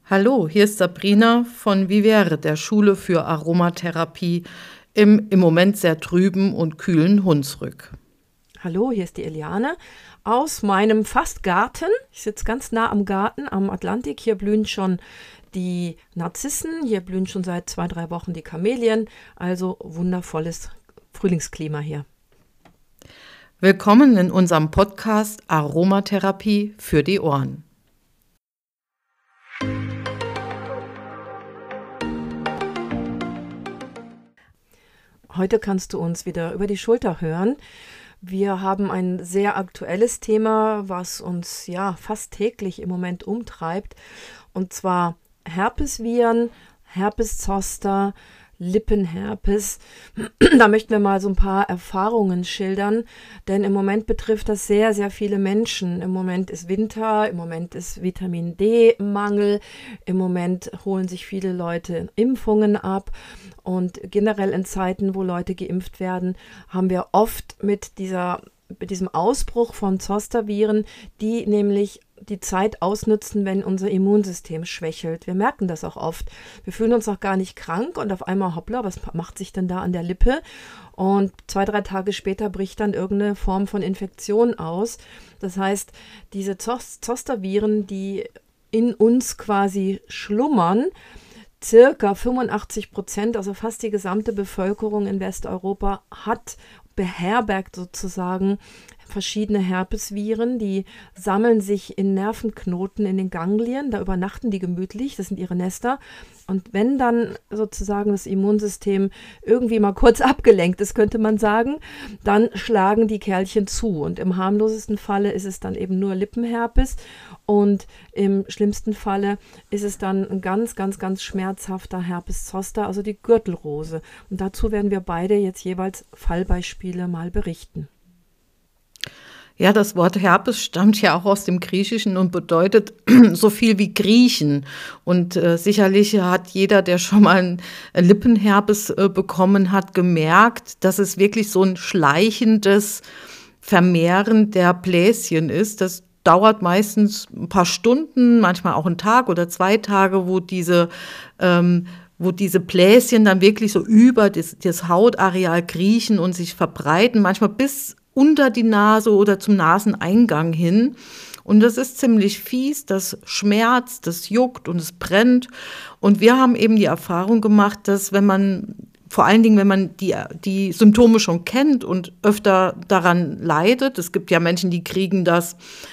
Hallo, hier ist Sabrina von Vivere, der Schule für Aromatherapie im Moment sehr trüben und kühlen Hunsrück. Hallo, hier ist die Eliane aus meinem fast Garten. Ich sitze ganz nah am Garten, am Atlantik. Hier blühen schon die Narzissen, hier blühen schon seit 2, 3 Wochen die Kamelien. Also wundervolles Frühlingsklima hier. Willkommen in unserem Podcast Aromatherapie für die Ohren. Heute kannst du uns wieder über die Schulter hören. Wir haben ein sehr aktuelles Thema, was uns ja fast täglich im Moment umtreibt. Und zwar Herpesviren, Herpes zoster, Lippenherpes. Da möchten wir mal so ein paar Erfahrungen schildern, denn im Moment betrifft das sehr, sehr viele Menschen. Im Moment ist Winter, im Moment ist Vitamin D-Mangel, im Moment holen sich viele Leute Impfungen ab und generell in Zeiten, wo Leute geimpft werden, haben wir oft mit diesem Ausbruch von Zosterviren, die nämlich die Zeit ausnützen, wenn unser Immunsystem schwächelt. Wir merken das auch oft. Wir fühlen uns auch gar nicht krank und auf einmal, hoppla, was macht sich denn da an der Lippe? Und 2, 3 Tage später bricht dann irgendeine Form von Infektion aus. Das heißt, diese Zosterviren, die in uns quasi schlummern, circa 85%, also fast die gesamte Bevölkerung in Westeuropa beherbergt sozusagen verschiedene Herpesviren, die sammeln sich in Nervenknoten in den Ganglien, da übernachten die gemütlich, das sind ihre Nester. Und wenn dann sozusagen das Immunsystem irgendwie mal kurz abgelenkt ist, könnte man sagen, dann schlagen die Kerlchen zu. Und im harmlosesten Falle ist es dann eben nur Lippenherpes und im schlimmsten Falle ist es dann ein ganz, ganz, ganz schmerzhafter Herpes zoster, also die Gürtelrose. Und dazu werden wir beide jetzt jeweils Fallbeispiele mal berichten. Ja, das Wort Herpes stammt ja auch aus dem Griechischen und bedeutet so viel wie Griechen. Und sicherlich hat jeder, der schon mal einen Lippenherpes bekommen hat, gemerkt, dass es wirklich so ein schleichendes Vermehren der Bläschen ist. Das dauert meistens ein paar Stunden, manchmal auch einen Tag oder 2 Tage, wo diese Bläschen dann wirklich so über das Hautareal kriechen und sich verbreiten, manchmal bis unter die Nase oder zum Naseneingang hin. Und das ist ziemlich fies, das schmerzt, das juckt und es brennt. Und wir haben eben die Erfahrung gemacht, dass vor allen Dingen, wenn man die Symptome schon kennt und öfter daran leidet, es gibt ja Menschen, die kriegen das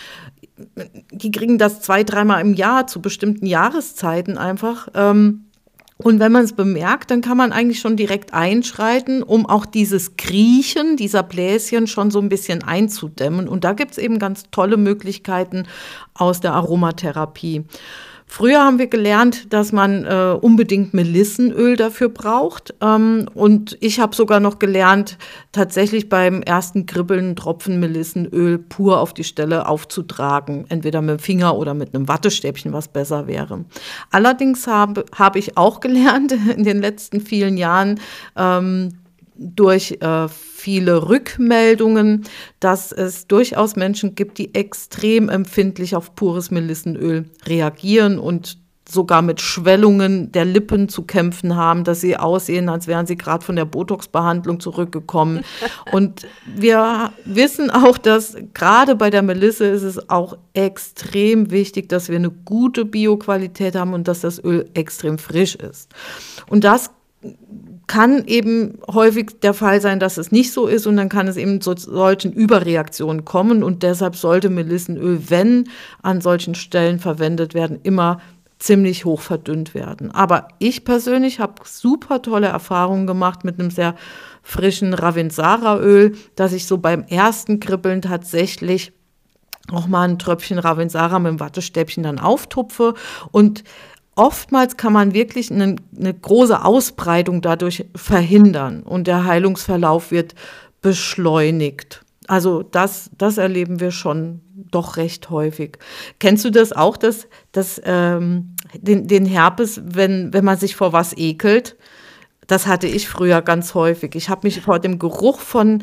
2, 3 Mal im Jahr zu bestimmten Jahreszeiten einfach. Und wenn man es bemerkt, dann kann man eigentlich schon direkt einschreiten, um auch dieses Kriechen dieser Bläschen schon so ein bisschen einzudämmen. Und da gibt es eben ganz tolle Möglichkeiten aus der Aromatherapie. Früher haben wir gelernt, dass man unbedingt Melissenöl dafür braucht. Und ich habe sogar noch gelernt, tatsächlich beim ersten Kribbeln einen Tropfen Melissenöl pur auf die Stelle aufzutragen. Entweder mit dem Finger oder mit einem Wattestäbchen, was besser wäre. Allerdings habe ich auch gelernt in den letzten vielen Jahren, durch viele Rückmeldungen, dass es durchaus Menschen gibt, die extrem empfindlich auf pures Melissenöl reagieren und sogar mit Schwellungen der Lippen zu kämpfen haben, dass sie aussehen, als wären sie gerade von der Botox-Behandlung zurückgekommen. Und wir wissen auch, dass gerade bei der Melisse ist es auch extrem wichtig, dass wir eine gute Bioqualität haben und dass das Öl extrem frisch ist. Und das kann eben häufig der Fall sein, dass es nicht so ist und dann kann es eben zu solchen Überreaktionen kommen und deshalb sollte Melissenöl, wenn an solchen Stellen verwendet werden, immer ziemlich hoch verdünnt werden. Aber ich persönlich habe super tolle Erfahrungen gemacht mit einem sehr frischen Ravensara-Öl, dass ich so beim ersten Kribbeln tatsächlich auch mal ein Tröpfchen Ravensara mit dem Wattestäbchen dann auftupfe und oftmals kann man wirklich eine große Ausbreitung dadurch verhindern und der Heilungsverlauf wird beschleunigt. Also das erleben wir schon doch recht häufig. Kennst du das auch, den Herpes, wenn man sich vor was ekelt? Das hatte ich früher ganz häufig. Ich habe mich vor dem Geruch von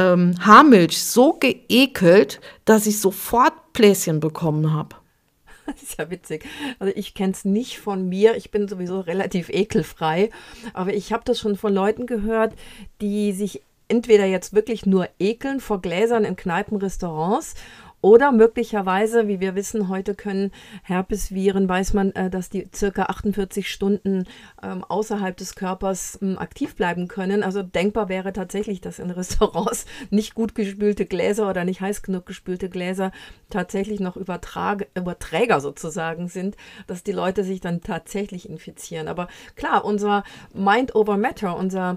Haarmilch so geekelt, dass ich sofort Bläschen bekommen habe. Das ist ja witzig. Also ich kenne es nicht von mir. Ich bin sowieso relativ ekelfrei. Aber ich habe das schon von Leuten gehört, die sich entweder jetzt wirklich nur ekeln vor Gläsern in Kneipen, Restaurants oder möglicherweise, wie wir wissen, heute können Herpesviren, weiß man, dass die circa 48 Stunden außerhalb des Körpers aktiv bleiben können. Also denkbar wäre tatsächlich, dass in Restaurants nicht gut gespülte Gläser oder nicht heiß genug gespülte Gläser tatsächlich noch Überträger sozusagen sind, dass die Leute sich dann tatsächlich infizieren. Aber klar, unser Mind over Matter, unser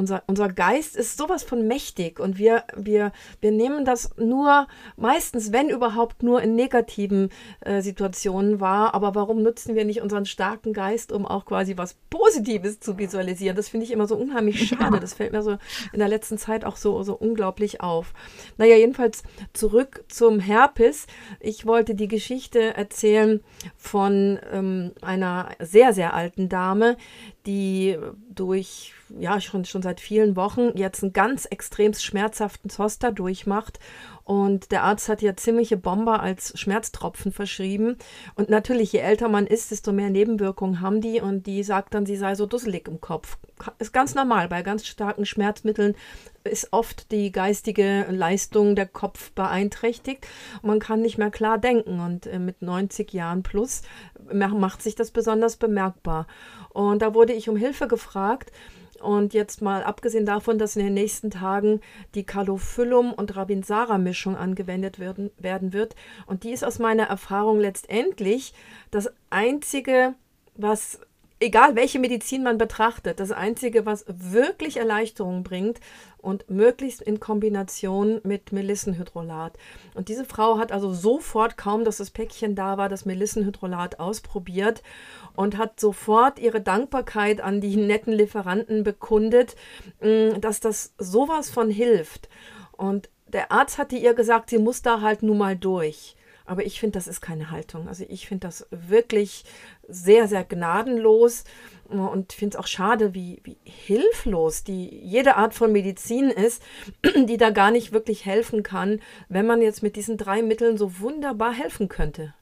Geist ist sowas von mächtig und wir nehmen das nur meistens, wenn überhaupt, nur in negativen Situationen wahr. Aber warum nutzen wir nicht unseren starken Geist, um auch quasi was Positives zu visualisieren? Das finde ich immer so unheimlich schade. Das fällt mir so in der letzten Zeit auch so unglaublich auf. Naja, jedenfalls zurück zum Herpes. Ich wollte die Geschichte erzählen von einer sehr, sehr alten Dame, die durch, ja, schon seit vielen Wochen jetzt einen ganz extrem schmerzhaften Zoster durchmacht. Und der Arzt hat ja ziemliche Bomber als Schmerztropfen verschrieben. Und natürlich, je älter man ist, desto mehr Nebenwirkungen haben die. Und die sagt dann, sie sei so dusselig im Kopf. Ist ganz normal. Bei ganz starken Schmerzmitteln ist oft die geistige Leistung der Kopf beeinträchtigt. Und man kann nicht mehr klar denken. Und mit 90 Jahren plus macht sich das besonders bemerkbar. Und da wurde ich um Hilfe gefragt. Und jetzt mal abgesehen davon, dass in den nächsten Tagen die Calophyllum- und Rabinsara-Mischung angewendet werden wird. Und die ist aus meiner Erfahrung letztendlich das Einzige, was, egal welche Medizin man betrachtet, das Einzige, was wirklich Erleichterung bringt und möglichst in Kombination mit Melissenhydrolat. Und diese Frau hat also sofort, kaum dass das Päckchen da war, das Melissenhydrolat ausprobiert und hat sofort ihre Dankbarkeit an die netten Lieferanten bekundet, dass das sowas von hilft. Und der Arzt hatte ihr gesagt, sie muss da halt nun mal durch. Aber ich finde, das ist keine Haltung. Also ich finde das wirklich sehr, sehr gnadenlos und finde es auch schade, wie hilflos jede Art von Medizin ist, die da gar nicht wirklich helfen kann, wenn man jetzt mit diesen 3 Mitteln so wunderbar helfen könnte.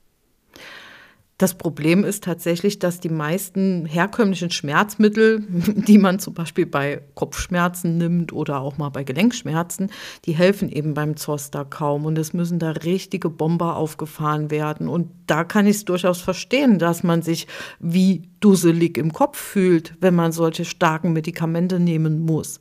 Das Problem ist tatsächlich, dass die meisten herkömmlichen Schmerzmittel, die man zum Beispiel bei Kopfschmerzen nimmt oder auch mal bei Gelenkschmerzen, die helfen eben beim Zoster kaum. Und es müssen da richtige Bomber aufgefahren werden. Und da kann ich es durchaus verstehen, dass man sich wie dusselig im Kopf fühlt, wenn man solche starken Medikamente nehmen muss.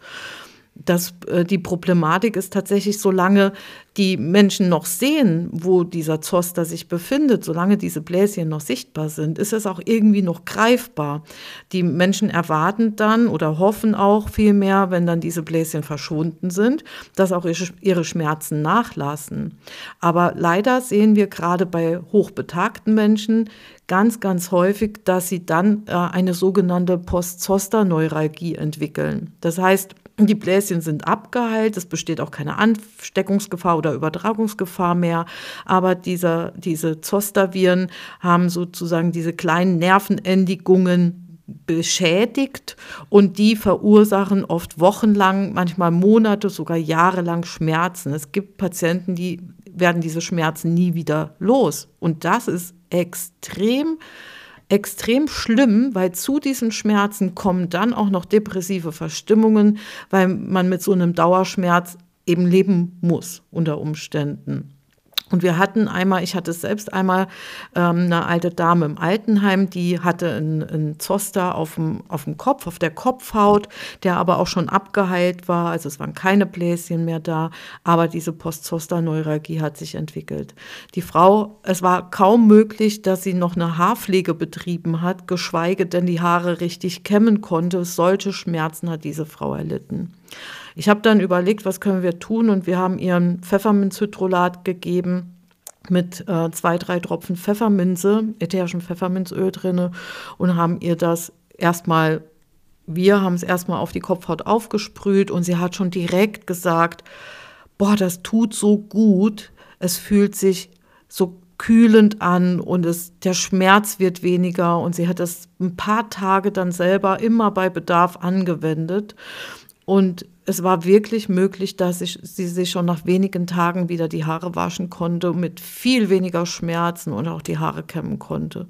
Die Problematik ist tatsächlich, solange die Menschen noch sehen, wo dieser Zoster sich befindet, solange diese Bläschen noch sichtbar sind, ist es auch irgendwie noch greifbar. Die Menschen erwarten dann oder hoffen auch vielmehr, wenn dann diese Bläschen verschwunden sind, dass auch ihre Schmerzen nachlassen. Aber leider sehen wir gerade bei hochbetagten Menschen ganz, ganz häufig, dass sie dann eine sogenannte Post-Zoster-Neuralgie entwickeln. Das heißt, die Bläschen sind abgeheilt, es besteht auch keine Ansteckungsgefahr oder Übertragungsgefahr mehr, aber diese Zosterviren haben sozusagen diese kleinen Nervenendigungen beschädigt und die verursachen oft wochenlang, manchmal Monate, sogar jahrelang Schmerzen. Es gibt Patienten, die werden diese Schmerzen nie wieder los und das ist extrem schlimm, weil zu diesen Schmerzen kommen dann auch noch depressive Verstimmungen, weil man mit so einem Dauerschmerz eben leben muss unter Umständen. Und ich hatte selbst einmal eine alte Dame im Altenheim, die hatte einen Zoster auf dem Kopf, auf der Kopfhaut, der aber auch schon abgeheilt war, also es waren keine Bläschen mehr da, aber diese Post-Zoster-Neuralgie hat sich entwickelt. Die Frau, es war kaum möglich, dass sie noch eine Haarpflege betrieben hat, geschweige denn die Haare richtig kämmen konnte. Solche Schmerzen hat diese Frau erlitten. Ich habe dann überlegt, was können wir tun, und wir haben ihr ein Pfefferminzhydrolat gegeben mit 2, 3 Tropfen Pfefferminze, ätherischem Pfefferminzöl drin, und haben ihr das wir haben es erstmal auf die Kopfhaut aufgesprüht, und sie hat schon direkt gesagt, boah, das tut so gut, es fühlt sich so kühlend an und der Schmerz wird weniger, und sie hat das ein paar Tage dann selber immer bei Bedarf angewendet. Und es war wirklich möglich, dass sie sich schon nach wenigen Tagen wieder die Haare waschen konnte, mit viel weniger Schmerzen und auch die Haare kämmen konnte.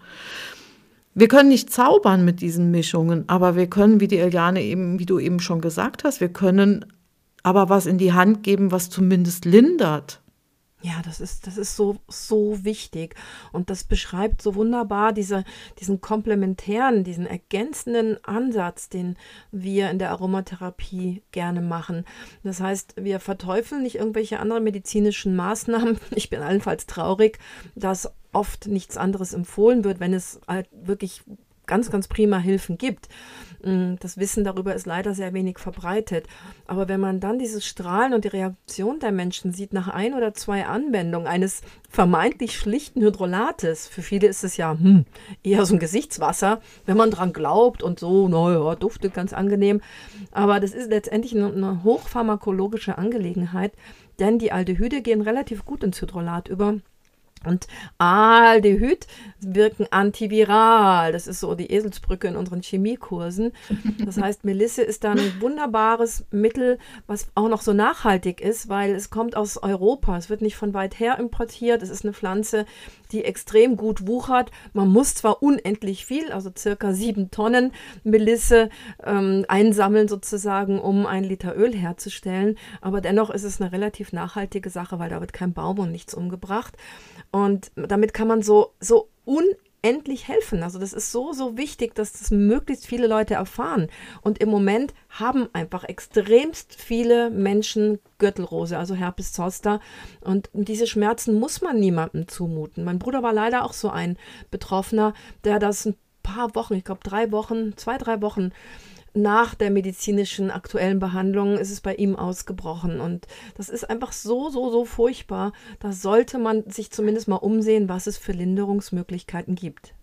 Wir können nicht zaubern mit diesen Mischungen, aber wir können, wie die Eliane eben, wie du eben schon gesagt hast, wir können aber was in die Hand geben, was zumindest lindert. Ja, das ist so, so wichtig. Und das beschreibt so wunderbar diesen komplementären, diesen ergänzenden Ansatz, den wir in der Aromatherapie gerne machen. Das heißt, wir verteufeln nicht irgendwelche anderen medizinischen Maßnahmen. Ich bin allenfalls traurig, dass oft nichts anderes empfohlen wird, wenn es halt wirklich ganz, ganz prima Hilfen gibt. Das Wissen darüber ist leider sehr wenig verbreitet. Aber wenn man dann dieses Strahlen und die Reaktion der Menschen sieht nach 1 oder 2 Anwendungen eines vermeintlich schlichten Hydrolates, für viele ist es ja eher so ein Gesichtswasser, wenn man dran glaubt und so, naja, duftet ganz angenehm. Aber das ist letztendlich eine hochpharmakologische Angelegenheit, denn die Aldehyde gehen relativ gut ins Hydrolat über. Und Aldehyd wirken antiviral. Das ist so die Eselsbrücke in unseren Chemiekursen. Das heißt, Melisse ist da ein wunderbares Mittel, was auch noch so nachhaltig ist, weil es kommt aus Europa. Es wird nicht von weit her importiert. Es ist eine Pflanze, die extrem gut wuchert. Man muss zwar unendlich viel, also circa 7 Tonnen Melisse einsammeln sozusagen, um 1 Liter Öl herzustellen. Aber dennoch ist es eine relativ nachhaltige Sache, weil da wird kein Baum und nichts umgebracht. Und damit kann man so unendlich helfen. Also das ist so, so wichtig, dass das möglichst viele Leute erfahren. Und im Moment haben einfach extremst viele Menschen Gürtelrose, also Herpes zoster. Und diese Schmerzen muss man niemandem zumuten. Mein Bruder war leider auch so ein Betroffener, der das ein paar Wochen, ich glaube 2, 3 Wochen nach der medizinischen aktuellen Behandlung ist es bei ihm ausgebrochen. Und das ist einfach so, so, so furchtbar. Da sollte man sich zumindest mal umsehen, was es für Linderungsmöglichkeiten gibt.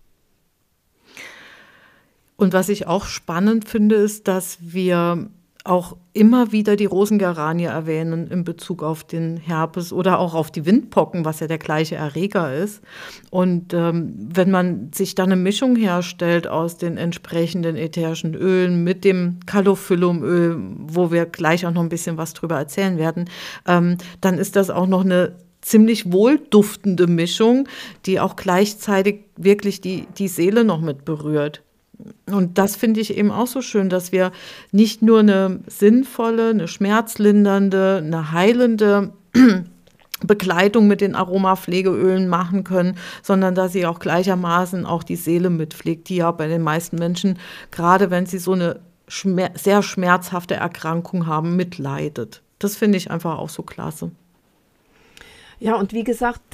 Und was ich auch spannend finde, ist, dass wir auch immer wieder die Rosengeranie erwähnen in Bezug auf den Herpes oder auch auf die Windpocken, was ja der gleiche Erreger ist. Und wenn man sich dann eine Mischung herstellt aus den entsprechenden ätherischen Ölen mit dem Calophyllumöl, wo wir gleich auch noch ein bisschen was drüber erzählen werden, dann ist das auch noch eine ziemlich wohlduftende Mischung, die auch gleichzeitig wirklich die Seele noch mit berührt. Und das finde ich eben auch so schön, dass wir nicht nur eine sinnvolle, eine schmerzlindernde, eine heilende Begleitung mit den Aromapflegeölen machen können, sondern dass sie auch gleichermaßen auch die Seele mitpflegt, die ja bei den meisten Menschen, gerade wenn sie so eine sehr schmerzhafte Erkrankung haben, mitleidet. Das finde ich einfach auch so klasse. Ja, und wie gesagt,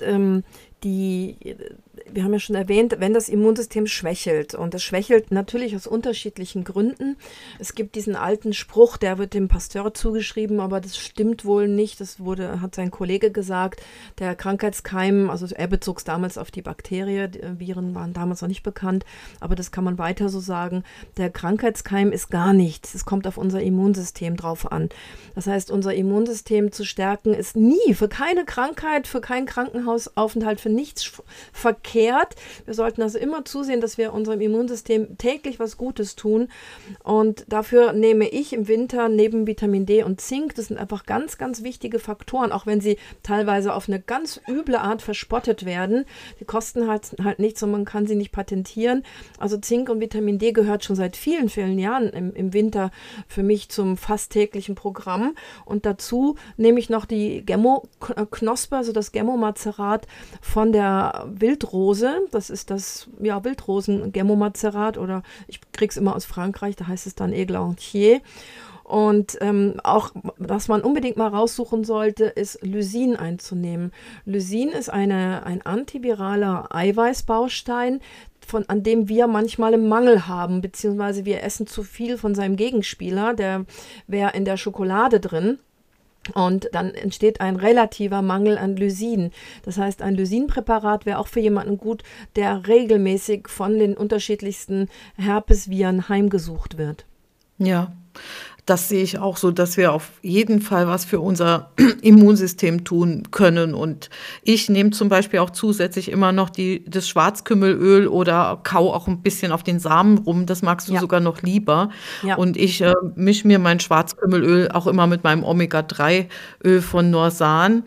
wir haben ja schon erwähnt, wenn das Immunsystem schwächelt, und es schwächelt natürlich aus unterschiedlichen Gründen. Es gibt diesen alten Spruch, der wird dem Pasteur zugeschrieben, aber das stimmt wohl nicht. Das hat sein Kollege gesagt, der Krankheitskeim, also er bezog es damals auf die Bakterie, die Viren waren damals noch nicht bekannt, aber das kann man weiter so sagen. Der Krankheitskeim ist gar nichts. Es kommt auf unser Immunsystem drauf an. Das heißt, unser Immunsystem zu stärken ist nie, für keine Krankheit, für keinen Krankenhausaufenthalt, für nichts verkehrt. Wir sollten also immer zusehen, dass wir unserem Immunsystem täglich was Gutes tun. Und dafür nehme ich im Winter neben Vitamin D und Zink, das sind einfach ganz, ganz wichtige Faktoren, auch wenn sie teilweise auf eine ganz üble Art verspottet werden. Die kosten halt nichts und man kann sie nicht patentieren. Also Zink und Vitamin D gehört schon seit vielen, vielen Jahren im Winter für mich zum fast täglichen Programm. Und dazu nehme ich noch die Gemmo-Knospe, also das Gemmo-Mazerat von der Wildrose. Das ist das Wildrosen-Gemmo-Mazerat, oder ich kriege es immer aus Frankreich, da heißt es dann Églantier. Und auch, was man unbedingt mal raussuchen sollte, ist Lysin einzunehmen. Lysin ist ein antiviraler Eiweißbaustein, an dem wir manchmal einen Mangel haben, beziehungsweise wir essen zu viel von seinem Gegenspieler, der wäre in der Schokolade drin. Und dann entsteht ein relativer Mangel an Lysin. Das heißt, ein Lysinpräparat wäre auch für jemanden gut, der regelmäßig von den unterschiedlichsten Herpesviren heimgesucht wird. Ja, das sehe ich auch so, dass wir auf jeden Fall was für unser Immunsystem tun können. Und ich nehme zum Beispiel auch zusätzlich immer noch das Schwarzkümmelöl oder kau auch ein bisschen auf den Samen rum. Das magst du Ja, sogar noch lieber. ja. Und ich mische mir mein Schwarzkümmelöl auch immer mit meinem Omega-3-Öl von Norsan,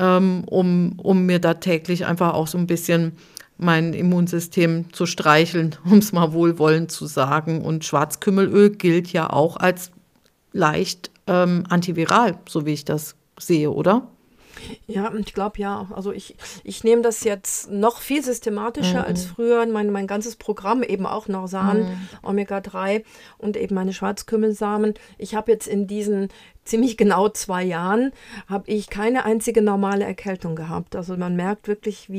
um mir da täglich einfach auch so ein bisschen mein Immunsystem zu streicheln, um es mal wohlwollend zu sagen. Und Schwarzkümmelöl gilt ja auch als leicht antiviral, so wie ich das sehe, oder? Ja, ich glaube ja. Also ich nehme das jetzt noch viel systematischer als Mhm. früher. Mein ganzes Programm, eben auch Norsan, Omega-3 und eben meine Schwarzkümmelsamen. Ich habe jetzt in diesen ziemlich genau 2 Jahren, habe ich keine einzige normale Erkältung gehabt. Also man merkt wirklich,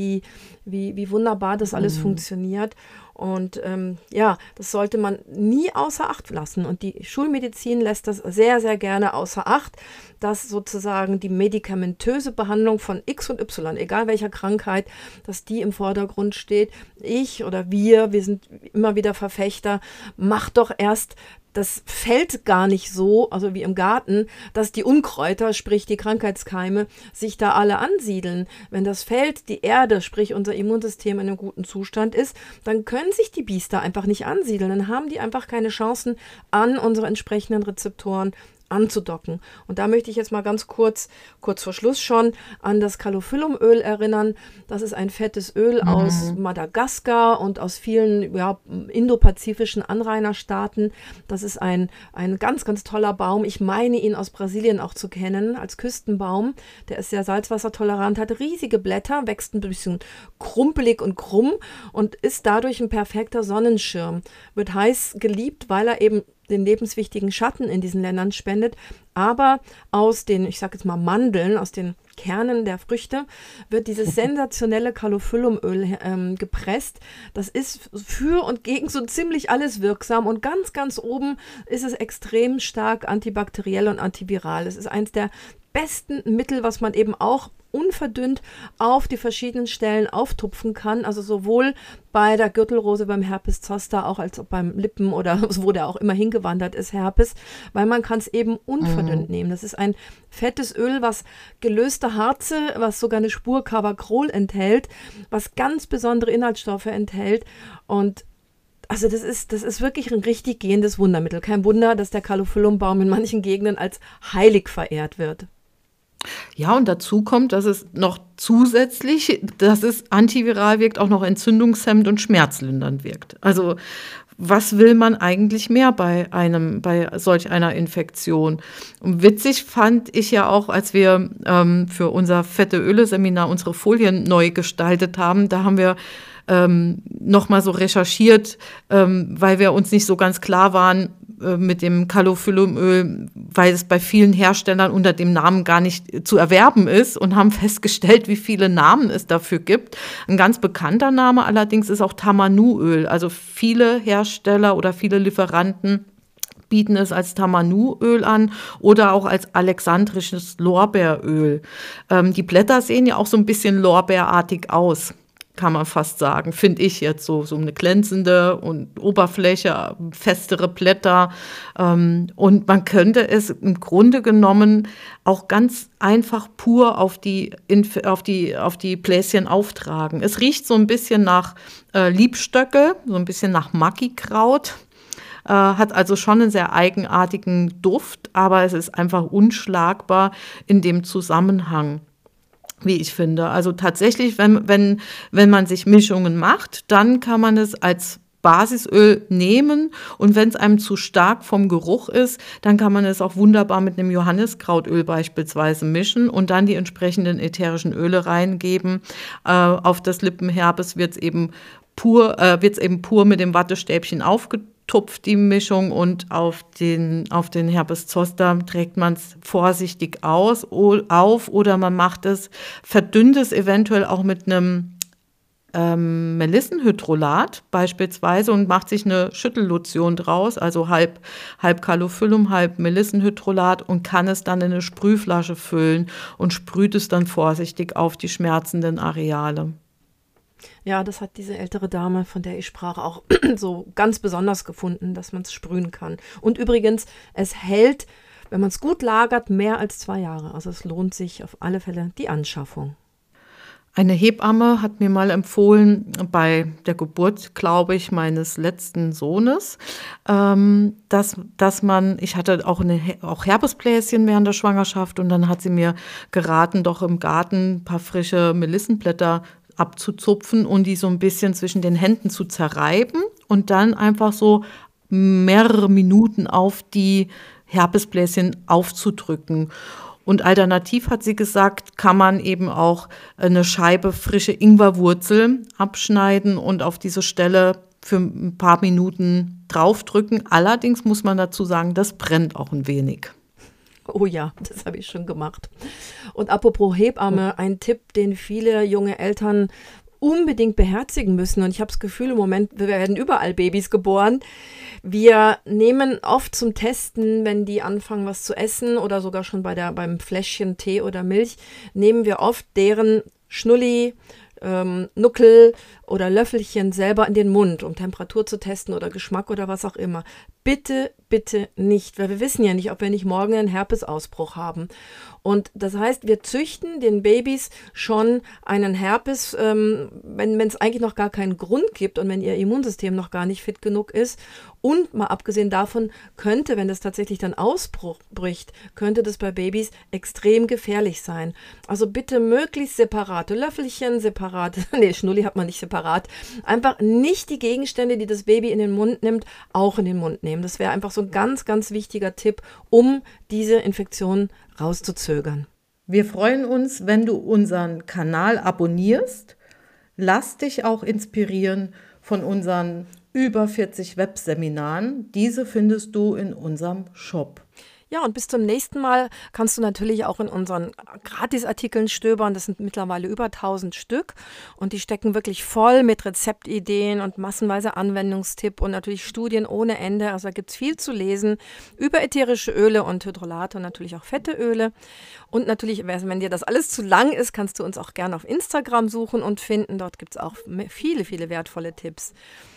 wie wunderbar das alles funktioniert. Und ja, das sollte man nie außer Acht lassen. Und die Schulmedizin lässt das sehr, sehr gerne außer Acht, dass sozusagen die medikamentöse Behandlung von X und Y, egal welcher Krankheit, dass die im Vordergrund steht. Ich oder wir sind immer wieder Verfechter, macht doch erst das Feld gar nicht so, also wie im Garten, dass die Unkräuter, sprich die Krankheitskeime, sich da alle ansiedeln. Wenn das Feld, die Erde, sprich unser Immunsystem in einem guten Zustand ist, dann können sich die Biester einfach nicht ansiedeln. Dann haben die einfach keine Chancen, an unsere entsprechenden Rezeptoren anzudocken. Und da möchte ich jetzt mal ganz kurz vor Schluss schon an das Calophyllumöl erinnern. Das ist ein fettes Öl aus Madagaskar und aus vielen indopazifischen Anrainerstaaten. Das ist ein ganz, ganz toller Baum. Ich meine ihn aus Brasilien auch zu kennen als Küstenbaum. Der ist sehr salzwassertolerant, hat riesige Blätter, wächst ein bisschen krumpelig und krumm und ist dadurch ein perfekter Sonnenschirm. Wird heiß geliebt, weil er eben den lebenswichtigen Schatten in diesen Ländern spendet, aber aus den, ich sage jetzt mal Mandeln, aus den Kernen der Früchte, wird dieses sensationelle Calophyllumöl gepresst. Das ist für und gegen so ziemlich alles wirksam und ganz, ganz oben ist es extrem stark antibakteriell und antiviral. Es ist eins der besten Mittel, was man eben auch unverdünnt auf die verschiedenen Stellen auftupfen kann, also sowohl bei der Gürtelrose, beim Herpes zoster, auch als auch beim Lippen oder wo der auch immer hingewandert ist, Herpes, weil man kann es eben unverdünnt nehmen. Das ist ein fettes Öl, was gelöste Harze, was sogar eine Spur Carvacrol enthält, was ganz besondere Inhaltsstoffe enthält und also das ist wirklich ein richtig gehendes Wundermittel. Kein Wunder, dass der Calophyllumbaum in manchen Gegenden als heilig verehrt wird. Ja, und dazu kommt, dass es noch zusätzlich, dass es antiviral wirkt, auch noch entzündungshemmend und schmerzlindernd wirkt. Also was will man eigentlich mehr bei solch einer Infektion? Und witzig fand ich ja auch, als wir für unser Fette-Öle-Seminar unsere Folien neu gestaltet haben, da haben wir noch mal so recherchiert, weil wir uns nicht so ganz klar waren mit dem Calophyllumöl, weil es bei vielen Herstellern unter dem Namen gar nicht zu erwerben ist und haben festgestellt, wie viele Namen es dafür gibt. Ein ganz bekannter Name allerdings ist auch Tamanu-Öl. Also viele Hersteller oder viele Lieferanten bieten es als Tamanu-Öl an oder auch als alexandrisches Lorbeeröl. Die Blätter sehen ja auch so ein bisschen lorbeerartig aus, kann man fast sagen, finde ich jetzt so eine glänzende und Oberfläche, festere Blätter. Und man könnte es im Grunde genommen auch ganz einfach pur auf die Bläschen auftragen. Es riecht so ein bisschen nach Liebstöcke, so ein bisschen nach Makikraut. Hat also schon einen sehr eigenartigen Duft, aber es ist einfach unschlagbar in dem Zusammenhang, wie ich finde. Also tatsächlich, wenn man sich Mischungen macht, dann kann man es als Basisöl nehmen und wenn es einem zu stark vom Geruch ist, dann kann man es auch wunderbar mit einem Johanniskrautöl beispielsweise mischen und dann die entsprechenden ätherischen Öle reingeben. Auf das Lippenherpes wird es eben pur mit dem Wattestäbchen aufgetupft, die Mischung, und auf den Herpes zoster trägt man es vorsichtig auf oder man verdünnt es eventuell auch mit einem Melissenhydrolat beispielsweise und macht sich eine Schüttellotion draus, also halb Calophyllum, halb Melissenhydrolat, und kann es dann in eine Sprühflasche füllen und sprüht es dann vorsichtig auf die schmerzenden Areale. Ja, das hat diese ältere Dame, von der ich sprach, auch so ganz besonders gefunden, dass man es sprühen kann. Und übrigens, es hält, wenn man es gut lagert, mehr als 2 Jahre. Also es lohnt sich auf alle Fälle die Anschaffung. Eine Hebamme hat mir mal empfohlen, bei der Geburt, glaube ich, meines letzten Sohnes, dass man, ich hatte auch Herpesbläschen während der Schwangerschaft und dann hat sie mir geraten, doch im Garten ein paar frische Melissenblätter abzuzupfen und die so ein bisschen zwischen den Händen zu zerreiben und dann einfach so mehrere Minuten auf die Herpesbläschen aufzudrücken. Und alternativ hat sie gesagt, kann man eben auch eine Scheibe frische Ingwerwurzel abschneiden und auf diese Stelle für ein paar Minuten draufdrücken. Allerdings muss man dazu sagen, das brennt auch ein wenig. Oh ja, das habe ich schon gemacht. Und apropos Hebamme, ein Tipp, den viele junge Eltern unbedingt beherzigen müssen. Und ich habe das Gefühl, im Moment werden überall Babys geboren. Wir nehmen oft zum Testen, wenn die anfangen, was zu essen oder sogar schon beim Fläschchen Tee oder Milch, nehmen wir oft deren Schnulli, Nuckel oder Löffelchen selber in den Mund, um Temperatur zu testen oder Geschmack oder was auch immer. Bitte, bitte nicht, weil wir wissen ja nicht, ob wir nicht morgen einen Herpesausbruch haben. Und das heißt, wir züchten den Babys schon einen Herpes, wenn es eigentlich noch gar keinen Grund gibt und wenn ihr Immunsystem noch gar nicht fit genug ist. Und mal abgesehen davon könnte, wenn das tatsächlich dann Ausbruch bricht, könnte das bei Babys extrem gefährlich sein. Also bitte möglichst separate Löffelchen, Schnulli hat man nicht separat. Einfach nicht die Gegenstände, die das Baby in den Mund nimmt, auch in den Mund nehmen. Das wäre einfach so ein ganz, ganz wichtiger Tipp, um diese Infektion rauszuzögern. Wir freuen uns, wenn du unseren Kanal abonnierst. Lass dich auch inspirieren von unseren über 40 Webseminaren. Diese findest du in unserem Shop. Ja, und bis zum nächsten Mal kannst du natürlich auch in unseren Gratisartikeln stöbern. Das sind mittlerweile über 1000 Stück und die stecken wirklich voll mit Rezeptideen und massenweise Anwendungstipp und natürlich Studien ohne Ende. Also da gibt es viel zu lesen über ätherische Öle und Hydrolate und natürlich auch fette Öle. Und natürlich, wenn dir das alles zu lang ist, kannst du uns auch gerne auf Instagram suchen und finden. Dort gibt es auch viele, viele wertvolle Tipps.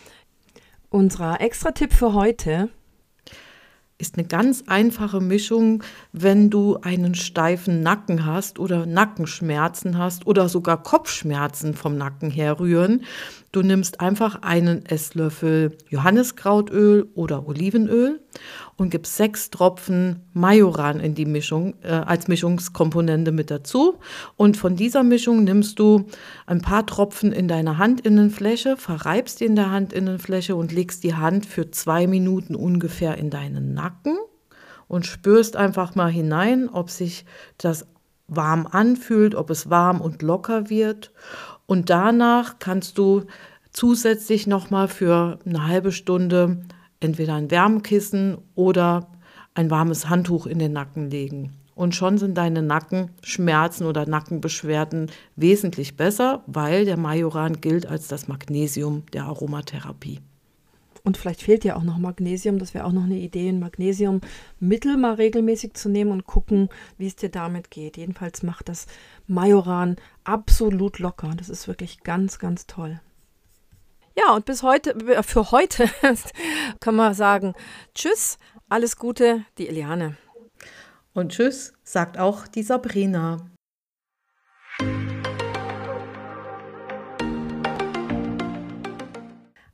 Unser Extra-Tipp für heute ist eine ganz einfache Mischung, wenn du einen steifen Nacken hast oder Nackenschmerzen hast oder sogar Kopfschmerzen vom Nacken herrühren. Du nimmst einfach einen Esslöffel Johanniskrautöl oder Olivenöl und gibst 6 Tropfen Majoran in die Mischung als Mischungskomponente mit dazu. Und von dieser Mischung nimmst du ein paar Tropfen in deine Handinnenfläche, verreibst die in der Handinnenfläche und legst die Hand für 2 Minuten ungefähr in deinen Nacken und spürst einfach mal hinein, ob sich das warm anfühlt, ob es warm und locker wird. Und danach kannst du zusätzlich nochmal für eine halbe Stunde entweder ein Wärmekissen oder ein warmes Handtuch in den Nacken legen. Und schon sind deine Nackenschmerzen oder Nackenbeschwerden wesentlich besser, weil der Majoran gilt als das Magnesium der Aromatherapie. Und vielleicht fehlt dir auch noch Magnesium. Das wäre auch noch eine Idee, ein Magnesiummittel mal regelmäßig zu nehmen und gucken, wie es dir damit geht. Jedenfalls macht das Majoran absolut locker. Das ist wirklich ganz, ganz toll. Ja, und für heute können wir sagen, tschüss, alles Gute, die Eliane. Und tschüss, sagt auch die Sabrina.